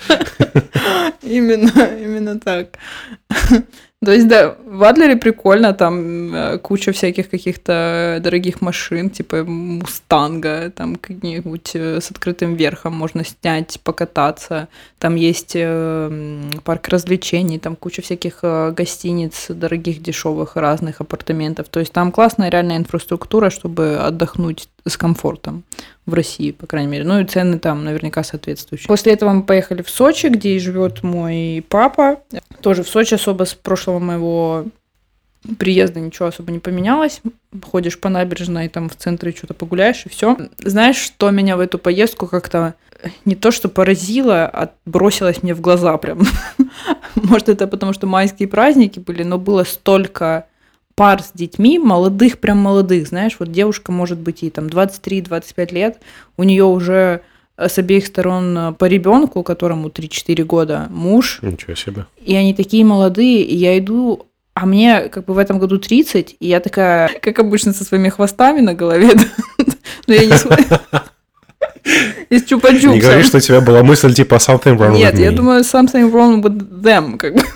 Speaker 2: Именно, именно так. То есть, да, в Адлере прикольно, там куча всяких каких-то дорогих машин, типа Мустанга, там как-нибудь с открытым верхом можно снять, покататься. Там есть парк развлечений, там куча всяких гостиниц, дорогих, дешевых, разных апартаментов. То есть там классная реальная инфраструктура, чтобы отдохнуть с комфортом в России, по крайней мере. Ну и цены там наверняка соответствующие. После этого мы поехали в Сочи, где живет мой папа. Тоже в Сочи особо с прошлого моего приезда ничего особо не поменялось. Ходишь по набережной, там в центре что-то погуляешь, и все. Знаешь, что меня в эту поездку как-то не то что поразило, а бросилось мне в глаза прям. Может, это потому, что майские праздники были, но было столько пар с детьми, молодых, прям молодых, знаешь, вот девушка может быть ей там двадцать три - двадцать пять лет, у нее уже с обеих сторон по ребенку, которому три-четыре года, муж.
Speaker 3: Ничего себе.
Speaker 2: И они такие молодые, и я иду, а мне как бы в этом году тридцать, и я такая, как обычно, со своими хвостами на голове, но я не из чупа-чупса.
Speaker 3: Не говори, что у тебя была мысль типа something wrong with me.
Speaker 2: Нет, я думаю, something wrong with them, как бы.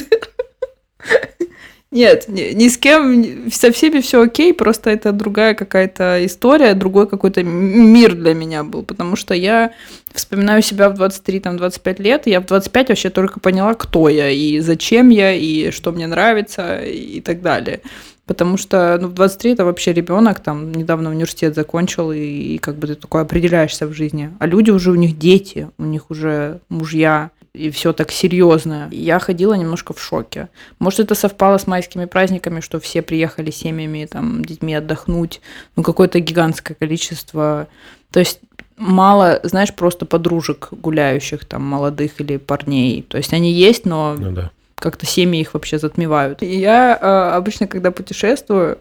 Speaker 2: Нет, ни, ни с кем, со всеми все окей, просто это другая какая-то история, другой какой-то мир для меня был, потому что я вспоминаю себя в двадцать три - двадцать пять лет, и я в двадцать пять вообще только поняла, кто я, и зачем я, и что мне нравится, и так далее. Потому что ну, в двадцать три это вообще ребенок, там недавно университет закончил, и, и как бы ты такой определяешься в жизни. А люди уже, у них дети, у них уже мужья, и все так серьезно. Я ходила немножко в шоке. Может, это совпало с майскими праздниками, что все приехали семьями, там, детьми отдохнуть. Ну, какое-то гигантское количество. То есть мало, знаешь, просто подружек гуляющих, там, молодых или парней. То есть они есть, но
Speaker 3: ну, да.
Speaker 2: как-то семьи их вообще затмевают. И я э, обычно, когда путешествую,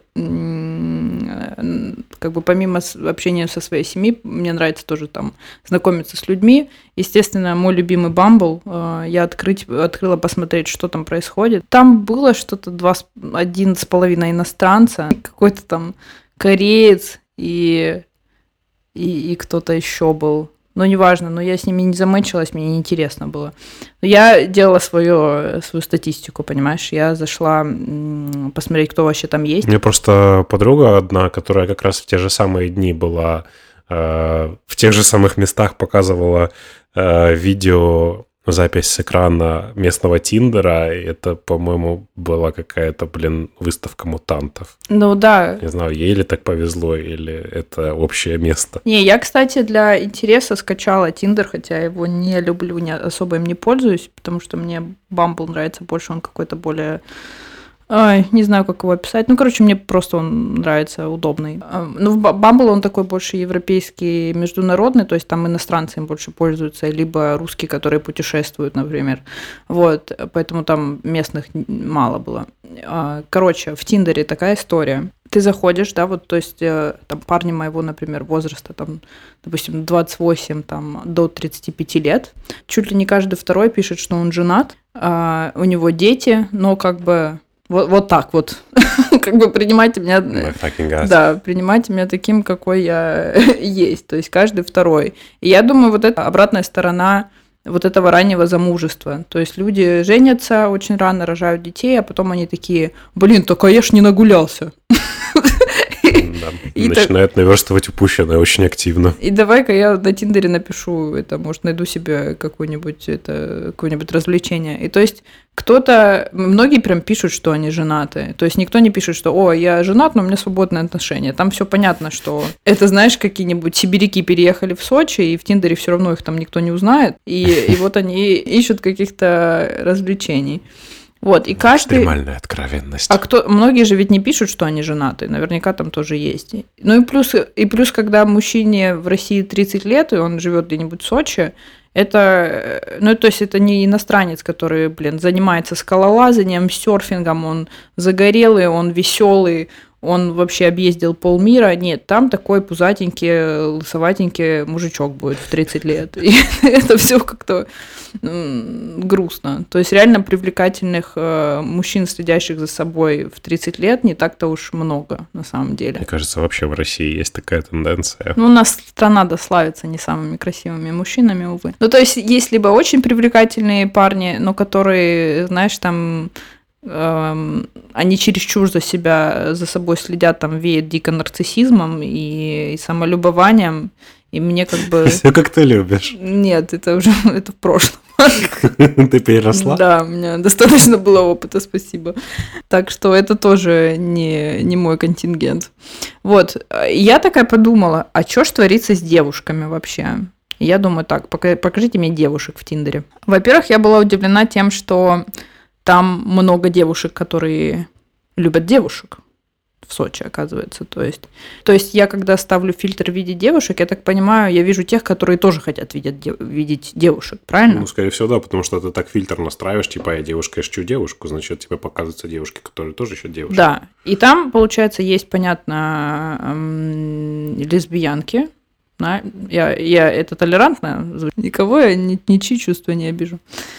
Speaker 2: как бы помимо общения со своей семьей, мне нравится тоже там знакомиться с людьми. Естественно, мой любимый Bumble, я открыть, открыла посмотреть, что там происходит. Там было что-то два, один с половиной иностранца, какой-то там кореец и, и, и кто-то еще был. Но неважно, но я с ними не замечилась, мне неинтересно было. Но я делала свою, свою статистику, понимаешь? Я зашла посмотреть, кто вообще там есть.
Speaker 3: У меня просто подруга одна, которая как раз в те же самые дни была, э, в тех же самых местах показывала э, видео, запись с экрана местного Тиндера, и это, по-моему, была какая-то, блин, выставка мутантов.
Speaker 2: Ну да.
Speaker 3: Не знаю, ей ли так повезло, или это общее место.
Speaker 2: Не, я, кстати, для интереса скачала Тиндер, хотя его не люблю, не, особо им не пользуюсь, потому что мне Bumble нравится больше, он какой-то более... Ой, не знаю, как его описать. Ну, короче, мне просто он нравится, удобный. Ну, Bumble, он такой больше европейский, международный, то есть там иностранцы им больше пользуются, либо русские, которые путешествуют, например. Вот, поэтому там местных мало было. Короче, в Тиндере такая история. Ты заходишь, да, вот, то есть там парни моего, например, возраста, там, допустим, двадцать восемь там, до тридцати пяти лет, чуть ли не каждый второй пишет, что он женат, а у него дети, но как бы... Вот, вот так вот. Как бы принимайте меня... Да, принимайте меня таким, какой я есть. То есть каждый второй. И я думаю, вот это обратная сторона вот этого раннего замужества. То есть люди женятся очень рано, рожают детей, а потом они такие, блин, только я ж не нагулялся.
Speaker 3: Да.
Speaker 2: И
Speaker 3: начинает так... наверстывать упущенное очень активно.
Speaker 2: И давай-ка я на Тиндере напишу, это, может, найду себе какое-нибудь, это, какое-нибудь развлечение. И то есть кто-то, многие прям пишут, что они женаты. То есть никто не пишет, что, о, я женат, но у меня свободные отношения. Там все понятно, что это, знаешь, какие-нибудь сибиряки переехали в Сочи, и в Тиндере все равно их там никто не узнает. И, и вот они ищут каких-то развлечений. Вот, и каждый...
Speaker 3: Экстремальная откровенность.
Speaker 2: А кто... Многие же ведь не пишут, что они женаты. Наверняка там тоже есть. Ну и плюс, и плюс, когда мужчине в России тридцать лет, и он живет где-нибудь в Сочи, это, ну, то есть это не иностранец, который, блин, занимается скалолазанием, серфингом, он загорелый, он веселый, он вообще объездил полмира. Нет, там такой пузатенький, лысоватенький мужичок будет в тридцать лет. И это все как-то грустно. То есть реально привлекательных мужчин, следящих за собой в тридцать лет, не так-то уж много на самом деле.
Speaker 3: Мне кажется, вообще в России есть такая тенденция.
Speaker 2: Ну, у нас страна дославится не самыми красивыми мужчинами, увы. Ну, то есть есть либо очень привлекательные парни, но которые, знаешь, там... они чересчур за себя, за собой следят, там веет дико нарциссизмом и, и самолюбованием, и мне как бы...
Speaker 3: Все как ты любишь.
Speaker 2: Нет, это уже это в прошлом.
Speaker 3: Ты переросла?
Speaker 2: Да, у меня достаточно было опыта, спасибо. Так что это тоже не, не мой контингент. Вот, я такая подумала, а что ж творится с девушками вообще? Я думаю так, покажите мне девушек в Тиндере. Во-первых, я была удивлена тем, что там много девушек, которые любят девушек в Сочи, оказывается. То есть, то есть я, когда ставлю фильтр в виде девушек, я так понимаю, я вижу тех, которые тоже хотят видеть, видеть девушек, правильно?
Speaker 3: Ну, скорее всего, да, потому что ты так фильтр настраиваешь, типа, я девушка, я ищу девушку, значит, тебе показываются девушки, которые тоже ищут девушек.
Speaker 2: Да, и там, получается, есть, понятно, эм, лесбиянки. Да? Я, я это толерантно, никого я ни, ничьи чувства не обижу.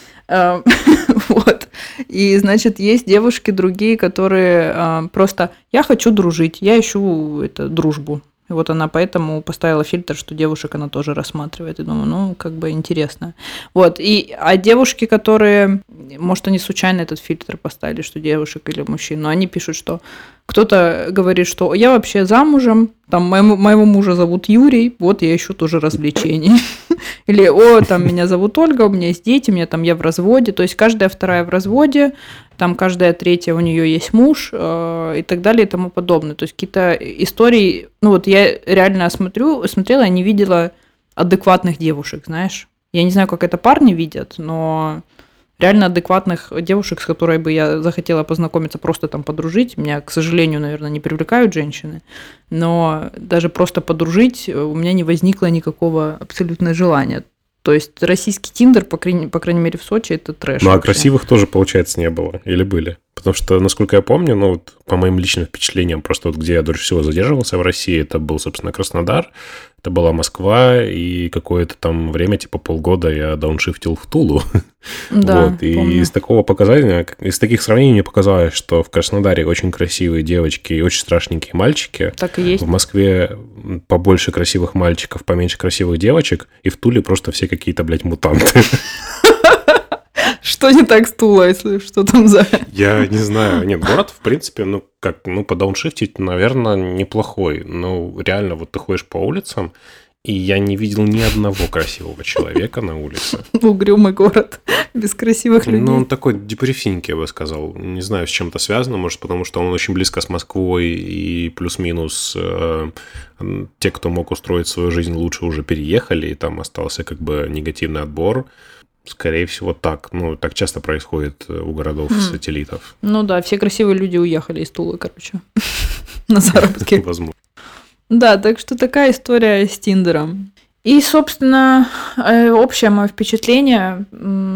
Speaker 2: Вот. И, значит, есть девушки другие, которые а, просто «я хочу дружить, я ищу это, дружбу». И вот она поэтому поставила фильтр, что девушек она тоже рассматривает. И думаю, ну, как бы интересно. Вот. И, а девушки, которые, может, они случайно этот фильтр поставили, что девушек или мужчин, но они пишут, что кто-то говорит, что я вообще замужем, там моему, моего мужа зовут Юрий, вот я ищу тоже развлечений. Или, о, там меня зовут Ольга, у меня есть дети, у меня там я в разводе. То есть каждая вторая в разводе, там каждая третья у нее есть муж э, и так далее и тому подобное. То есть какие-то истории, ну вот я реально смотрю, смотрела, не видела адекватных девушек, знаешь. Я не знаю, как это парни видят, но реально адекватных девушек, с которой бы я захотела познакомиться, просто там подружить. Меня, к сожалению, наверное, не привлекают женщины, но даже просто подружить у меня не возникло никакого абсолютно желания. То есть российский Тиндер, по крайней, по крайней мере, в Сочи, это трэш.
Speaker 3: Ну, а
Speaker 2: вообще.
Speaker 3: красивых тоже, получается, не было? Или были? Потому что, насколько я помню, ну, вот по моим личным впечатлениям, просто вот где я дольше всего задерживался в России, это был, собственно, Краснодар, это была Москва, и какое-то там время, типа полгода, я дауншифтил в Тулу.
Speaker 2: Да,
Speaker 3: вот, и
Speaker 2: помню.
Speaker 3: из такого показания, из таких сравнений мне показалось, что в Краснодаре очень красивые девочки и очень страшненькие мальчики.
Speaker 2: Так и есть.
Speaker 3: В Москве побольше красивых мальчиков, поменьше красивых девочек, и в Туле просто все какие-то, блядь, мутанты.
Speaker 2: Что не так с Тулой, если что там за...
Speaker 3: Я не знаю. Нет, город, в принципе, ну, как, ну, подауншифтить, наверное, неплохой. Но реально, вот ты ходишь по улицам, и я не видел ни одного красивого человека на улице.
Speaker 2: Угрюмый город, без красивых людей.
Speaker 3: Ну, он такой депрессивненький, я бы сказал. Не знаю, с чем это связано. Может, потому что он очень близко с Москвой, и плюс-минус э, те, кто мог устроить свою жизнь лучше, уже переехали, и там остался как бы негативный отбор. Скорее всего, так. Ну, так часто происходит у городов-сателлитов.
Speaker 2: Ну да, все красивые люди уехали из Тулы, короче, на заработки.
Speaker 3: Возможно.
Speaker 2: Да, так что такая история с Тиндером. И, собственно, общее мое впечатление,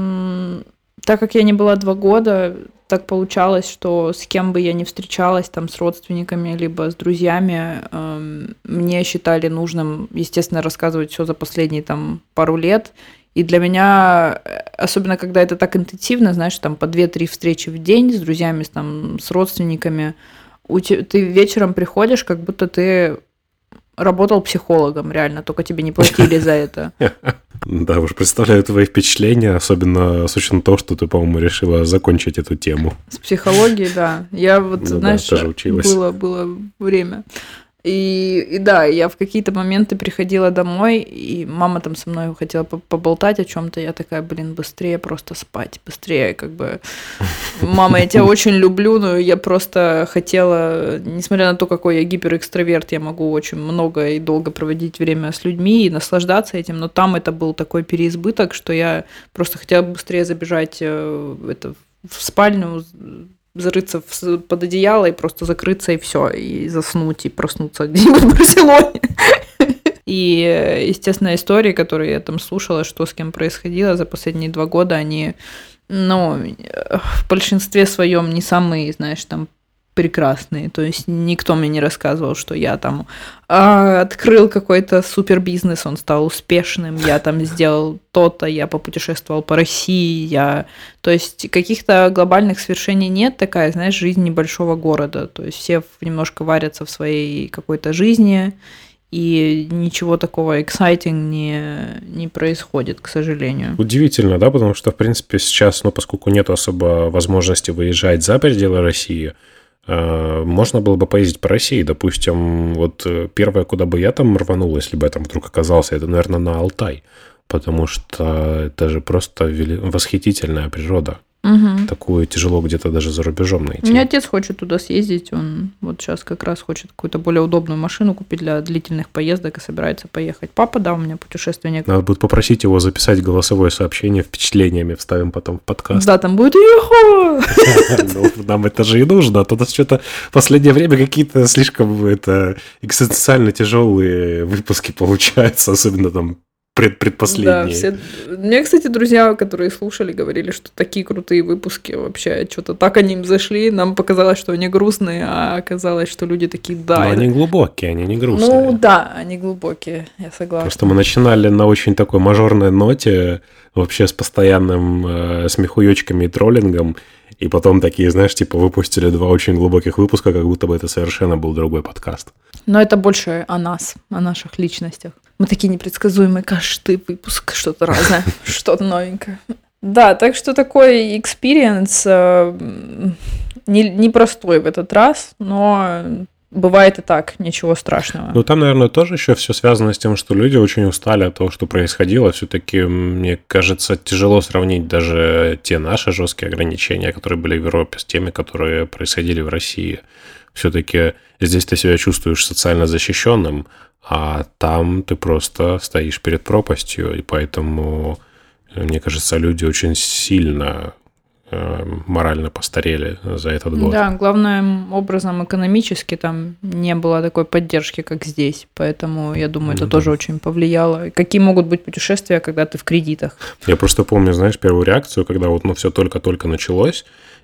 Speaker 2: так как я не была два года, так получалось, что с кем бы я ни встречалась, там, с родственниками, либо с друзьями, мне считали нужным, естественно, рассказывать все за последние там пару лет. И для меня, особенно когда это так интенсивно, знаешь, там по две-три встречи в день с друзьями, там, с родственниками, ты вечером приходишь, как будто ты работал психологом, реально, только тебе не платили за это.
Speaker 3: Да, уж представляю твои впечатления, особенно с учетом того, что ты, по-моему, решила закончить эту тему.
Speaker 2: С психологией, да. Я вот,
Speaker 3: ну,
Speaker 2: знаешь,
Speaker 3: да, тоже училась.
Speaker 2: было, было время. И, и да, я в какие-то моменты приходила домой, и мама там со мной хотела поболтать о чем-то. Я такая, блин, быстрее просто спать, быстрее, как бы. Мама, я тебя очень люблю, но я просто хотела, несмотря на то, какой я гиперэкстраверт, я могу очень много и долго проводить время с людьми и наслаждаться этим, но там это был такой переизбыток, что я просто хотела быстрее забежать это, в спальню, зарыться в, под одеяло и просто закрыться, и все, и заснуть, и проснуться где-нибудь в Барселоне. И, естественно, истории, которые я там слушала, что с кем происходило за последние два года, они, ну, в большинстве своем не самые, знаешь, там, прекрасные. То есть никто мне не рассказывал, что я там а, открыл какой-то супер бизнес, он стал успешным, я там сделал то-то, я попутешествовал по России, я... То есть каких-то глобальных свершений нет, такая, знаешь, жизнь небольшого города. То есть все немножко варятся в своей какой-то жизни, и ничего такого exciting не, не происходит, к сожалению.
Speaker 3: Удивительно, да, потому что, в принципе, сейчас, ну, поскольку нет особо возможности выезжать за пределы России, можно было бы поездить по России. Допустим, вот первое, куда бы я там рванул, если бы я там вдруг оказался, это, наверное, на Алтай. Потому что это же просто восхитительная природа. Угу. Такую тяжело где-то даже за рубежом найти.
Speaker 2: У меня отец хочет туда съездить. Он вот сейчас как раз хочет какую-то более удобную машину купить для длительных поездок и собирается поехать. Папа, да, у меня путешественник.
Speaker 3: Надо будет попросить его записать голосовое сообщение впечатлениями, вставим потом в подкаст.
Speaker 2: Да, там будет «Юху!»
Speaker 3: Нам это же и нужно. А то у нас что-то в последнее время какие-то слишком это экзистенциально тяжелые выпуски получаются, особенно там Пред, предпоследние.
Speaker 2: Да, все... Мне, кстати, друзья, которые слушали, говорили, что такие крутые выпуски вообще, что-то так они им зашли, нам показалось, что они грустные, а оказалось, что люди такие, да.
Speaker 3: Но
Speaker 2: это...
Speaker 3: они глубокие, они не грустные.
Speaker 2: Ну да, они глубокие, я согласна.
Speaker 3: Просто мы начинали на очень такой мажорной ноте, вообще с постоянным э, смехуёчками и троллингом, и потом такие, знаешь, типа выпустили два очень глубоких выпуска, как будто бы это совершенно был другой подкаст.
Speaker 2: Но это больше о нас, о наших личностях. Мы такие непредсказуемые, каждый выпуск что-то разное, что-то новенькое. Да, так что такой экспириенс непростой в этот раз, но бывает и так, ничего страшного.
Speaker 3: Ну, там, наверное, тоже еще все связано с тем, что люди очень устали от того, что происходило. Все-таки, мне кажется, тяжело сравнить даже те наши жесткие ограничения, которые были в Европе, с теми, которые происходили в России. Все-таки здесь ты себя чувствуешь социально защищенным, а там ты просто стоишь перед пропастью, и поэтому, мне кажется, люди очень сильно э, морально постарели за этот год.
Speaker 2: Да, главным образом экономически там не было такой поддержки, как здесь, поэтому, я думаю, это да. тоже очень повлияло. Какие могут быть путешествия, когда ты в кредитах?
Speaker 3: Я просто помню, знаешь, первую реакцию, когда вот ну, все только-только началось,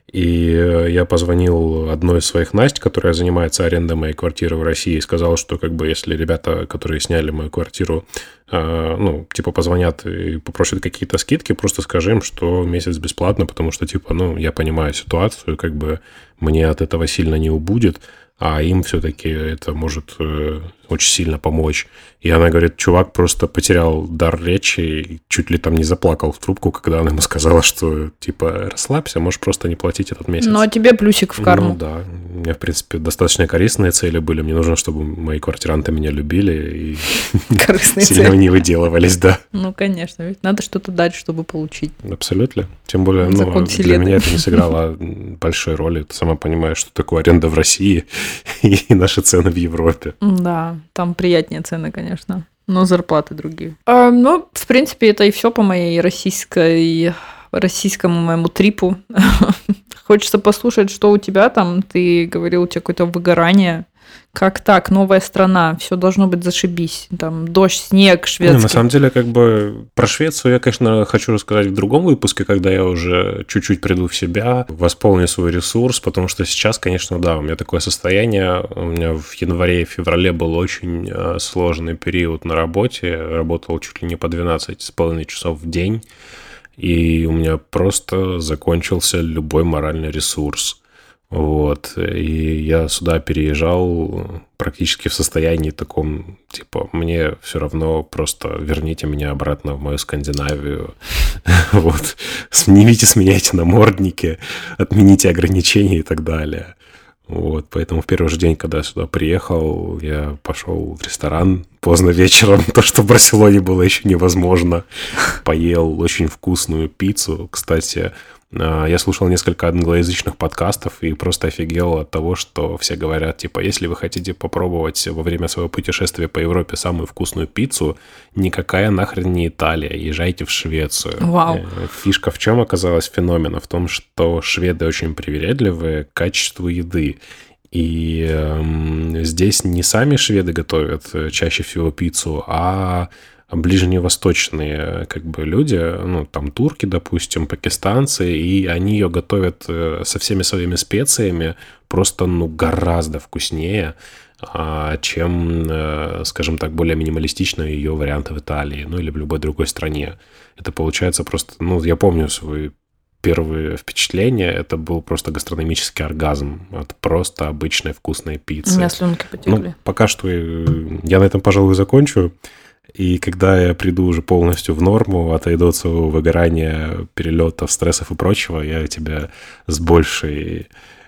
Speaker 3: и я позвонил одной из своих Насть, которая занимается арендой моей квартиры в России, и сказал, что как бы если ребята, которые сняли мою квартиру, э, ну, типа позвонят и попросят какие-то скидки, просто скажи им, что месяц бесплатно, потому что, типа, ну, я понимаю ситуацию, как бы мне от этого сильно не убудет, а им все-таки это может э, очень сильно помочь. И она говорит, чувак просто потерял дар речи и чуть ли там не заплакал в трубку, когда она ему сказала, что, типа, расслабься, можешь просто не платить этот месяц.
Speaker 2: Ну, а тебе плюсик в карму.
Speaker 3: Ну, да. У меня, в принципе, достаточно корыстные цели были. Мне нужно, чтобы мои квартиранты меня любили и сильно не выделывались, да.
Speaker 2: Ну, конечно. Ведь надо что-то дать, чтобы получить.
Speaker 3: Абсолютно. Тем более, ну, для меня это не сыграло большой роли. Ты сама понимаешь, что такое аренда в России и наши цены в Европе.
Speaker 2: Да, там приятнее цены, конечно, но зарплаты другие. А, ну, в принципе, это и все по моей российской, российскому моему трипу. Хочется послушать, что у тебя там. Ты говорил, у тебя какое-то выгорание. Как так? Новая страна, все должно быть зашибись. Там дождь, снег, шведский.
Speaker 3: Не, на самом деле, как бы про Швецию я, конечно, хочу рассказать в другом выпуске, когда я уже чуть-чуть приду в себя, восполню свой ресурс, потому что сейчас, конечно, да, у меня такое состояние. У меня в январе и феврале был очень сложный период на работе. Я работал чуть ли не по двенадцать с половиной часов в день, и у меня просто закончился любой моральный ресурс. Вот, и я сюда переезжал практически в состоянии таком, типа, мне все равно просто верните меня обратно в мою Скандинавию, вот, снимите с меня эти намордники, отмените ограничения и так далее. Вот, поэтому в первый же день, когда я сюда приехал, я пошел в ресторан поздно вечером, то, что в Барселоне было еще невозможно. Поел очень вкусную пиццу. Кстати, я слушал несколько англоязычных подкастов и просто офигел от того, что все говорят, типа, если вы хотите попробовать во время своего путешествия по Европе самую вкусную пиццу, никакая нахрен не Италия, езжайте в Швецию.
Speaker 2: Вау.
Speaker 3: Фишка в чем оказалась феномена? В том, что шведы очень привередливые к качеству еды. И э, здесь не сами шведы готовят чаще всего пиццу, а ближневосточные как бы люди, ну, там турки, допустим, пакистанцы, и они ее готовят со всеми своими специями просто, ну, гораздо вкуснее, чем, скажем так, более минималистичные ее варианты в Италии, ну, или в любой другой стране. Это получается просто, ну, я помню свои первые впечатления, это был просто гастрономический оргазм от просто обычной вкусной пиццы.
Speaker 2: У меня слюнки потекли.
Speaker 3: Ну, пока что я на этом, пожалуй, закончу. И когда я приду уже полностью в норму, отойду от своего выгорания, перелетов, стрессов и прочего, я тебе с большей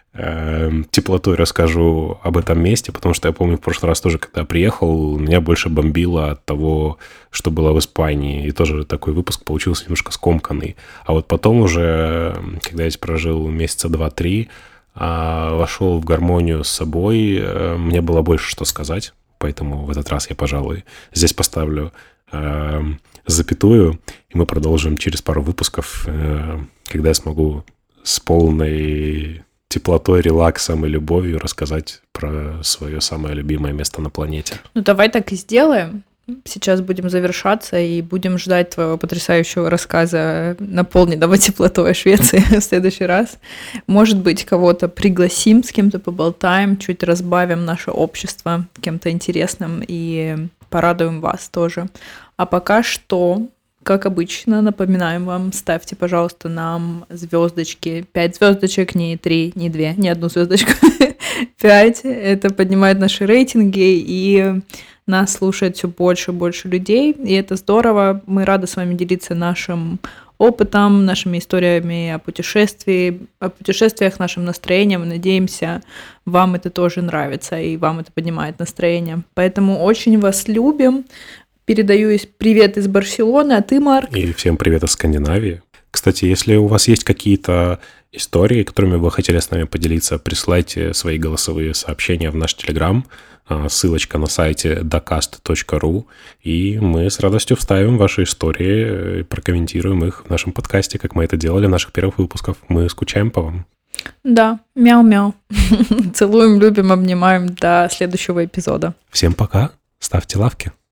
Speaker 3: э, теплотой расскажу об этом месте, потому что я помню в прошлый раз тоже, когда я приехал, меня больше бомбило от того, что было в Испании. И тоже такой выпуск получился немножко скомканный. А вот потом уже, когда я здесь прожил месяца два-три, э, вошел в гармонию с собой, э, мне было больше что сказать. Поэтому в этот раз я, пожалуй, здесь поставлю э, запятую, и мы продолжим через пару выпусков, э, когда я смогу с полной теплотой, релаксом и любовью рассказать про свое самое любимое место на планете.
Speaker 2: Ну, давай так и сделаем. Сейчас будем завершаться и будем ждать твоего потрясающего рассказа, наполненного теплотой о Швеции в следующий раз. Может быть, кого-то пригласим, с кем-то поболтаем, чуть разбавим наше общество кем-то интересным и порадуем вас тоже. А пока что, как обычно, напоминаем вам, ставьте, пожалуйста, нам звездочки. Пять звездочек, не три, не две, не одну звездочку. Пять. Это поднимает наши рейтинги и нас слушает все больше и больше людей, и это здорово. Мы рады с вами делиться нашим опытом, нашими историями о путешествии, о путешествиях, нашим настроением. Мы надеемся, вам это тоже нравится, и вам это поднимает настроение. Поэтому очень вас любим. Передаю привет из Барселоны, а ты, Марк?
Speaker 3: И всем привет из Скандинавии. Кстати, если у вас есть какие-то истории, которыми вы хотели с нами поделиться, присылайте свои голосовые сообщения в наш Телеграм. Ссылочка на сайте дакаст точка ру, и мы с радостью вставим ваши истории и прокомментируем их в нашем подкасте, как мы это делали в наших первых выпусках. Мы скучаем по вам.
Speaker 2: Да, мяу-мяу. Целуем, любим, обнимаем. До следующего эпизода.
Speaker 3: Всем пока. Ставьте лавки.